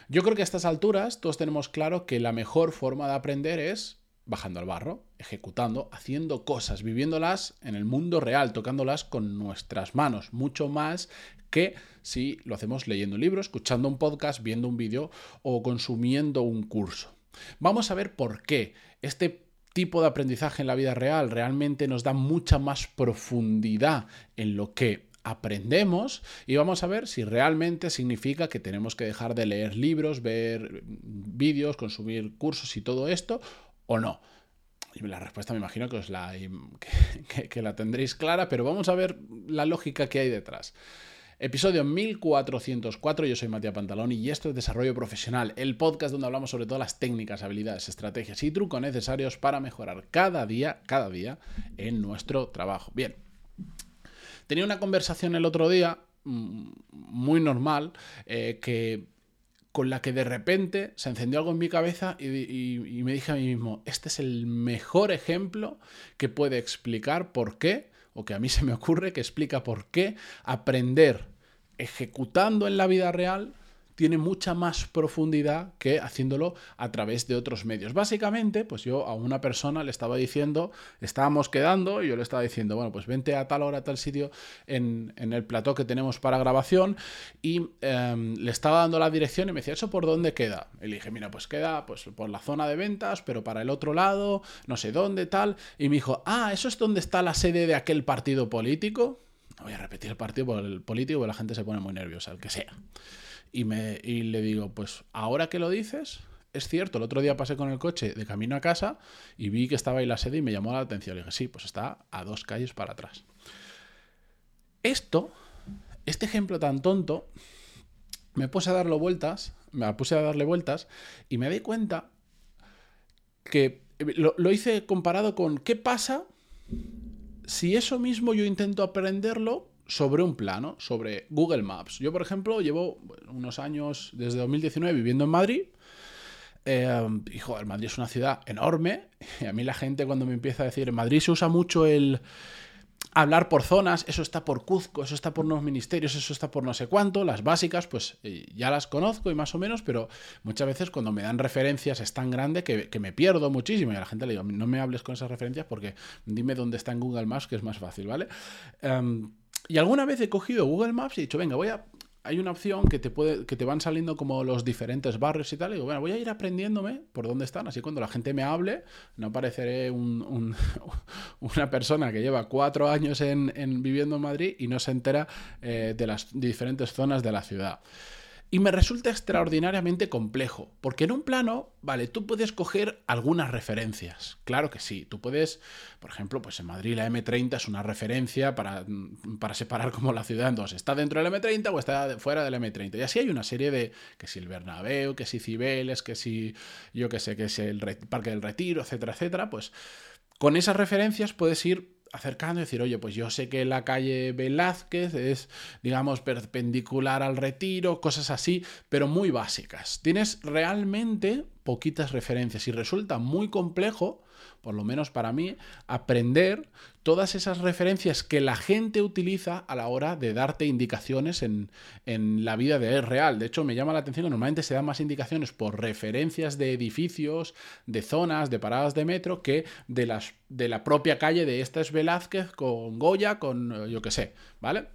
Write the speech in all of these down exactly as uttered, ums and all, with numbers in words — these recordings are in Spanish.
Yo creo que a estas alturas todos tenemos claro que la mejor forma de aprender es bajando al barro, ejecutando, haciendo cosas, viviéndolas en el mundo real, tocándolas con nuestras manos, mucho más que si lo hacemos leyendo un libro, escuchando un podcast, viendo un vídeo o consumiendo un curso. Vamos a ver por qué este tipo de aprendizaje en la vida real realmente nos da mucha más profundidad en lo que aprendemos y vamos a ver si realmente significa que tenemos que dejar de leer libros, ver vídeos, consumir cursos y todo esto o no. Y la respuesta me imagino que, os la, que, que, que la tendréis clara, pero vamos a ver la lógica que hay detrás. Episodio mil cuatrocientos cuatro, yo soy Matías Pantaloni y esto es Desarrollo Profesional, el podcast donde hablamos sobre todas las técnicas, habilidades, estrategias y trucos necesarios para mejorar cada día, cada día en nuestro trabajo. Bien, tenía una conversación el otro día, muy normal, eh, que... con la que de repente se encendió algo en mi cabeza y, y, y me dije a mí mismo, este es el mejor ejemplo que puede explicar por qué, o que a mí se me ocurre que explica por qué aprender ejecutando en la vida real tiene mucha más profundidad que haciéndolo a través de otros medios. Básicamente, pues yo a una persona le estaba diciendo, estábamos quedando y yo le estaba diciendo, bueno, pues vente a tal hora, a tal sitio en, en el plató que tenemos para grabación y eh, le estaba dando la dirección y me decía, ¿eso por dónde queda? Y le dije, mira, pues queda pues, por la zona de ventas, pero para el otro lado, no sé dónde, tal. Y me dijo, ah, ¿eso es donde está la sede de aquel partido político? No voy a repetir el partido político porque la gente se pone muy nerviosa, el que sea. Y, me, y le digo, pues ahora que lo dices, es cierto, el otro día pasé con el coche de camino a casa y vi que estaba ahí la sede y me llamó la atención. Le dije, sí, pues está a dos calles para atrás. Esto, este ejemplo tan tonto, me puse a darle vueltas, me puse a darle vueltas y me di cuenta que lo, lo hice comparado con qué pasa si eso mismo yo intento aprenderlo sobre un plano, sobre Google Maps. Yo, por ejemplo, llevo unos años, desde dos mil diecinueve, viviendo en Madrid. Eh, y, joder, Madrid es una ciudad enorme. Y a mí la gente cuando me empieza a decir, en Madrid se usa mucho el hablar por zonas, eso está por Cuzco, eso está por unos ministerios, eso está por no sé cuánto. Las básicas, pues eh, ya las conozco y más o menos, pero muchas veces cuando me dan referencias es tan grande que, que me pierdo muchísimo. Y a la gente le digo, no me hables con esas referencias porque dime dónde está en Google Maps, que es más fácil, ¿vale? Um, Y alguna vez he cogido Google Maps y he dicho, venga, voy a... Hay una opción que te puede, que te van saliendo como los diferentes barrios y tal. Y digo, bueno, voy a ir aprendiéndome por dónde están. Así cuando la gente me hable, no pareceré un, un, una persona que lleva cuatro años en, en viviendo en Madrid y no se entera eh, de las diferentes zonas de la ciudad. Y me resulta extraordinariamente complejo, porque en un plano, vale, tú puedes coger algunas referencias, claro que sí, tú puedes, por ejemplo, pues en Madrid la eme treinta es una referencia para, para separar como la ciudad en dos, está dentro del eme treinta o está fuera del eme treinta, y así hay una serie de, que si el Bernabéu, que si Cibeles, que si, yo qué sé, que si el Parque del Retiro, etcétera, etcétera, pues con esas referencias puedes ir acercando y decir, oye, pues yo sé que la calle Velázquez es, digamos, perpendicular al Retiro, cosas así, pero muy básicas. Tienes realmente poquitas referencias y resulta muy complejo, por lo menos para mí, aprender todas esas referencias que la gente utiliza a la hora de darte indicaciones en, en la vida de real. De hecho, me llama la atención que normalmente se dan más indicaciones por referencias de edificios, de zonas, de paradas de metro, que de, las, de la propia calle de esta es Velázquez con Goya, con yo qué sé, ¿vale?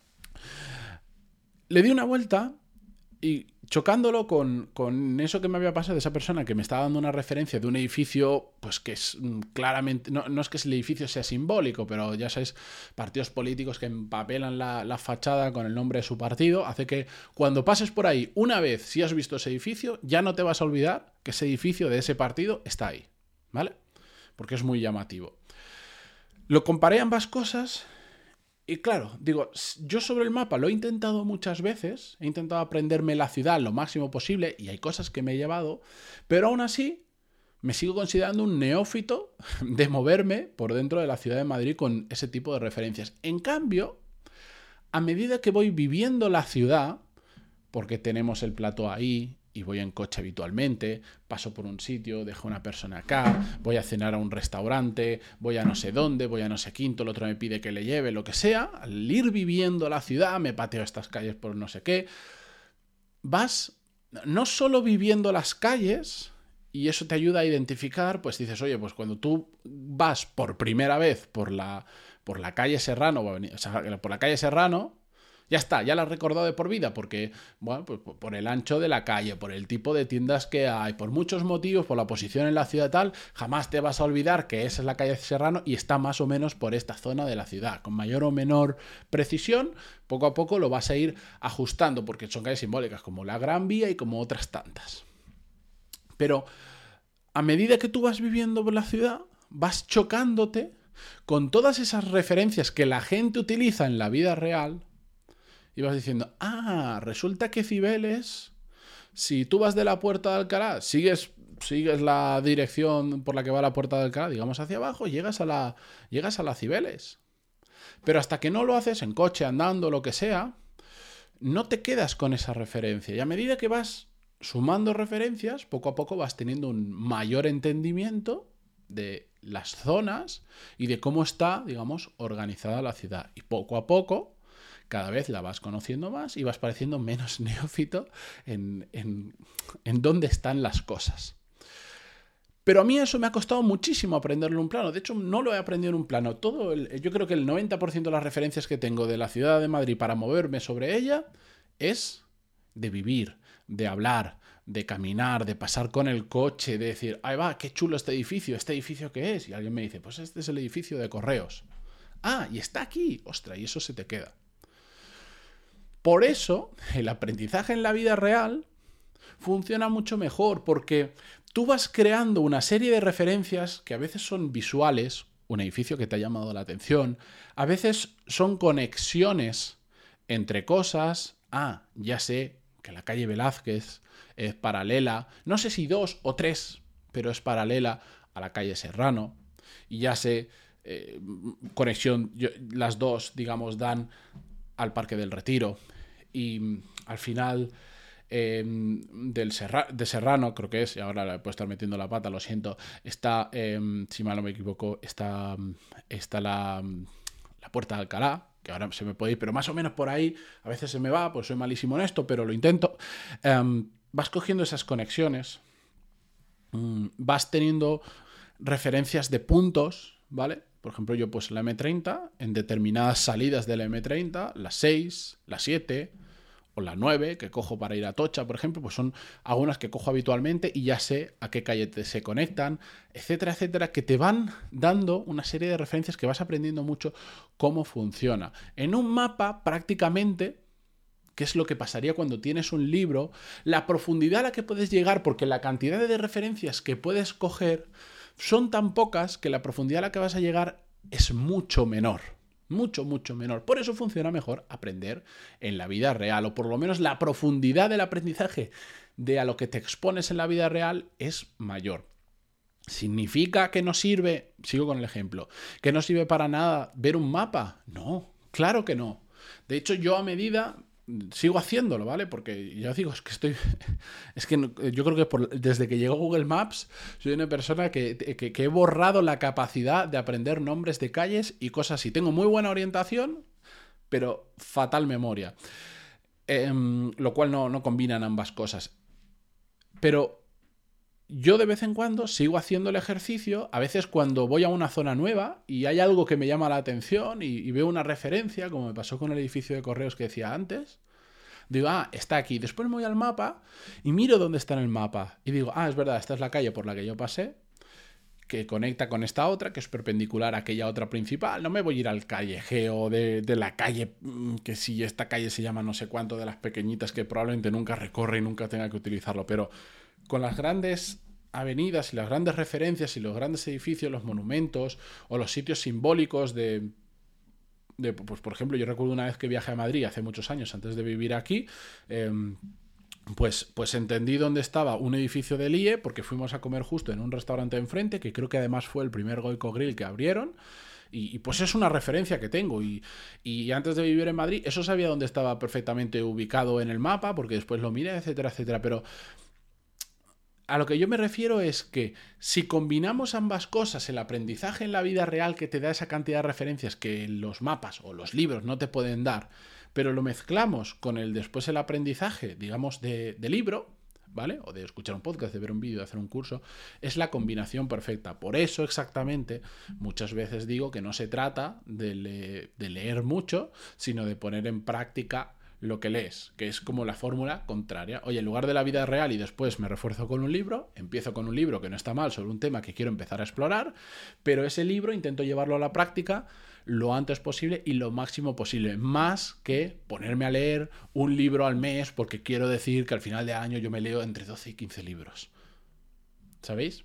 Le di una vuelta y chocándolo con, con eso que me había pasado de esa persona que me estaba dando una referencia de un edificio, pues que es claramente, no, no es que el edificio sea simbólico, pero ya sabéis, partidos políticos que empapelan la, la fachada con el nombre de su partido, hace que cuando pases por ahí, una vez si has visto ese edificio, ya no te vas a olvidar que ese edificio de ese partido está ahí, ¿vale? Porque es muy llamativo. Lo comparé ambas cosas. Y claro, digo, yo sobre el mapa lo he intentado muchas veces, he intentado aprenderme la ciudad lo máximo posible y hay cosas que me he llevado, pero aún así me sigo considerando un neófito de moverme por dentro de la ciudad de Madrid con ese tipo de referencias. En cambio, a medida que voy viviendo la ciudad, porque tenemos el plató ahí, y voy en coche habitualmente, paso por un sitio, dejo a una persona acá, voy a cenar a un restaurante, voy a no sé dónde, voy a no sé quinto, el otro me pide que le lleve, lo que sea, al ir viviendo la ciudad, me pateo estas calles por no sé qué, vas no solo viviendo las calles, y eso te ayuda a identificar, pues dices, oye, pues cuando tú vas por primera vez por la, por la calle Serrano, o sea, por la calle Serrano, ya está, ya la has recordado de por vida, porque, bueno, pues por el ancho de la calle, por el tipo de tiendas que hay, por muchos motivos, por la posición en la ciudad tal, jamás te vas a olvidar que esa es la calle Serrano y está más o menos por esta zona de la ciudad. Con mayor o menor precisión, poco a poco lo vas a ir ajustando, porque son calles simbólicas, como la Gran Vía y como otras tantas. Pero a medida que tú vas viviendo por la ciudad, vas chocándote con todas esas referencias que la gente utiliza en la vida real. Y vas diciendo, ah, resulta que Cibeles, si tú vas de la Puerta de Alcalá, sigues, sigues la dirección por la que va la Puerta de Alcalá, digamos hacia abajo, llegas a la, llegas a la Cibeles. Pero hasta que no lo haces en coche, andando, lo que sea, no te quedas con esa referencia. Y a medida que vas sumando referencias, poco a poco vas teniendo un mayor entendimiento de las zonas y de cómo está, digamos, organizada la ciudad. Y poco a poco cada vez la vas conociendo más y vas pareciendo menos neófito en, en, en dónde están las cosas. Pero a mí eso me ha costado muchísimo aprenderlo en un plano. De hecho, no lo he aprendido en un plano. Todo el, yo creo que el noventa por ciento de las referencias que tengo de la ciudad de Madrid para moverme sobre ella es de vivir, de hablar, de caminar, de pasar con el coche, de decir, ¡ay va, qué chulo este edificio! ¿Este edificio qué es? Y alguien me dice, pues este es el edificio de Correos. Ah, y está aquí. Ostras, y eso se te queda. Por eso, el aprendizaje en la vida real funciona mucho mejor, porque tú vas creando una serie de referencias que a veces son visuales, un edificio que te ha llamado la atención, a veces son conexiones entre cosas. Ah, ya sé que la calle Velázquez es paralela, no sé si dos o tres, pero es paralela a la calle Serrano, y ya sé, eh, conexión, yo, las dos, digamos, dan al Parque del Retiro, y al final eh, del Serra, de Serrano, creo que es, y ahora le puedo estar metiendo la pata, lo siento, está, eh, si mal no me equivoco, está, está la, la Puerta de Alcalá, que ahora se me puede ir, pero más o menos por ahí, a veces se me va, pues soy malísimo en esto, pero lo intento. Eh, vas cogiendo esas conexiones, mmm, vas teniendo referencias de puntos, ¿vale? Por ejemplo, yo pues la eme treinta, en determinadas salidas de la eme treinta, la seis, la siete o la nueve, que cojo para ir a Atocha, por ejemplo, pues son algunas que cojo habitualmente y ya sé a qué calle te se conectan, etcétera, etcétera, que te van dando una serie de referencias que vas aprendiendo mucho cómo funciona. En un mapa, prácticamente, ¿qué es lo que pasaría cuando tienes un libro? La profundidad a la que puedes llegar, porque la cantidad de referencias que puedes coger son tan pocas que la profundidad a la que vas a llegar es mucho menor. Mucho, mucho menor. Por eso funciona mejor aprender en la vida real, o por lo menos la profundidad del aprendizaje de a lo que te expones en la vida real es mayor. ¿Significa que no sirve? Sigo con el ejemplo. ¿Que no sirve para nada ver un mapa? No, claro que no. De hecho, yo a medida... sigo haciéndolo, ¿vale? Porque ya os digo, es que estoy... Es que no, yo creo que por, desde que llegó Google Maps soy una persona que, que, que he borrado la capacidad de aprender nombres de calles y cosas así. Tengo muy buena orientación, pero fatal memoria. Eh, lo cual no, no combinan ambas cosas. Pero yo de vez en cuando sigo haciendo el ejercicio, a veces cuando voy a una zona nueva y hay algo que me llama la atención y, y veo una referencia, como me pasó con el edificio de Correos que decía antes, digo, ah, está aquí. Después me voy al mapa y miro dónde está en el mapa. Y digo, ah, es verdad, esta es la calle por la que yo pasé, que conecta con esta otra, que es perpendicular a aquella otra principal. No me voy a ir al callejeo de, de la calle, que si esta calle se llama no sé cuánto, de las pequeñitas que probablemente nunca recorre y nunca tenga que utilizarlo, pero... con las grandes avenidas y las grandes referencias y los grandes edificios, los monumentos o los sitios simbólicos de, de pues por ejemplo, yo recuerdo una vez que viajé a Madrid hace muchos años antes de vivir aquí, eh, pues, pues entendí dónde estaba un edificio del I E porque fuimos a comer justo en un restaurante enfrente, que creo que además fue el primer Goico Grill que abrieron. Y, y pues es una referencia que tengo y, y antes de vivir en Madrid eso sabía dónde estaba perfectamente ubicado en el mapa porque después lo miré, etcétera, etcétera, pero a lo que yo me refiero es que si combinamos ambas cosas, el aprendizaje en la vida real que te da esa cantidad de referencias que los mapas o los libros no te pueden dar, pero lo mezclamos con el después el aprendizaje, digamos, de, de libro, ¿vale? O de escuchar un podcast, de ver un vídeo, de hacer un curso, es la combinación perfecta. Por eso exactamente muchas veces digo que no se trata de, le- de leer mucho, sino de poner en práctica lo que lees, que es como la fórmula contraria. Oye, en lugar de la vida real y después me refuerzo con un libro, empiezo con un libro que no está mal sobre un tema que quiero empezar a explorar, pero ese libro intento llevarlo a la práctica lo antes posible y lo máximo posible, más que ponerme a leer un libro al mes porque quiero decir que al final de año yo me leo entre doce y quince libros. ¿Sabéis?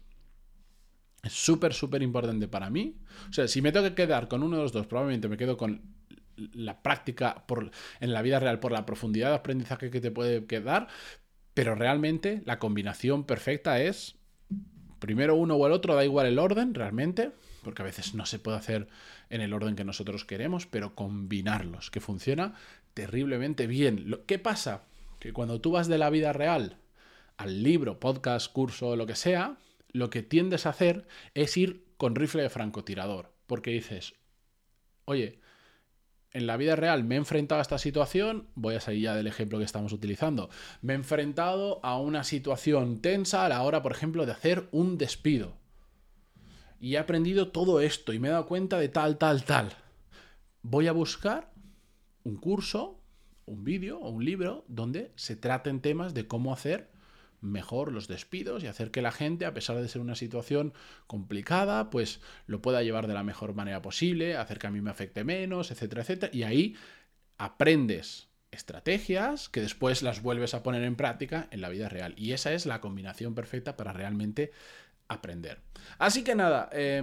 Es súper, súper importante para mí. O sea, si me tengo que quedar con uno de los dos, probablemente me quedo con la práctica por, en la vida real por la profundidad de aprendizaje que te puede quedar, pero realmente la combinación perfecta es primero uno o el otro, da igual el orden realmente, porque a veces no se puede hacer en el orden que nosotros queremos, pero combinarlos, que funciona terriblemente bien. ¿Qué pasa? Que cuando tú vas de la vida real al libro, podcast, curso, lo que sea, lo que tiendes a hacer es ir con rifle de francotirador, porque dices, oye, en la vida real me he enfrentado a esta situación, voy a salir ya del ejemplo que estamos utilizando, me he enfrentado a una situación tensa a la hora, por ejemplo, de hacer un despido. Y he aprendido todo esto y me he dado cuenta de tal, tal, tal. Voy a buscar un curso, un vídeo o un libro donde se traten temas de cómo hacer mejor los despidos y hacer que la gente, a pesar de ser una situación complicada, pues lo pueda llevar de la mejor manera posible, hacer que a mí me afecte menos, etcétera, etcétera. Y ahí aprendes estrategias que después las vuelves a poner en práctica en la vida real. Y esa es la combinación perfecta para realmente aprender. Así que nada, eh,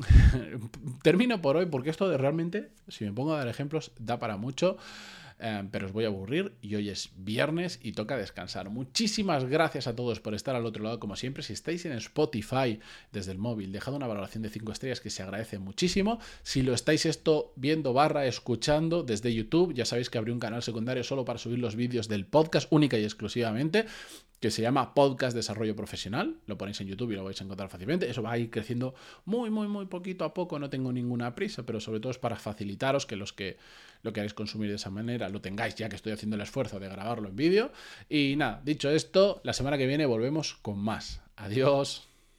termino por hoy porque esto de realmente, si me pongo a dar ejemplos, da para mucho. Eh, pero os voy a aburrir y hoy es viernes y toca descansar. Muchísimas gracias a todos por estar al otro lado, como siempre. Si estáis en Spotify desde el móvil, dejad una valoración de cinco estrellas que se agradece muchísimo. Si lo estáis esto viendo barra escuchando desde YouTube, ya sabéis que abrí un canal secundario solo para subir los vídeos del podcast única y exclusivamente, que se llama Podcast Desarrollo Profesional. Lo ponéis en YouTube y lo vais a encontrar fácilmente. Eso va a ir creciendo muy, muy, muy poquito a poco. No tengo ninguna prisa, pero sobre todo es para facilitaros que los que lo queráis consumir de esa manera lo tengáis, ya que estoy haciendo el esfuerzo de grabarlo en vídeo. Y nada, dicho esto, la semana que viene volvemos con más. Adiós.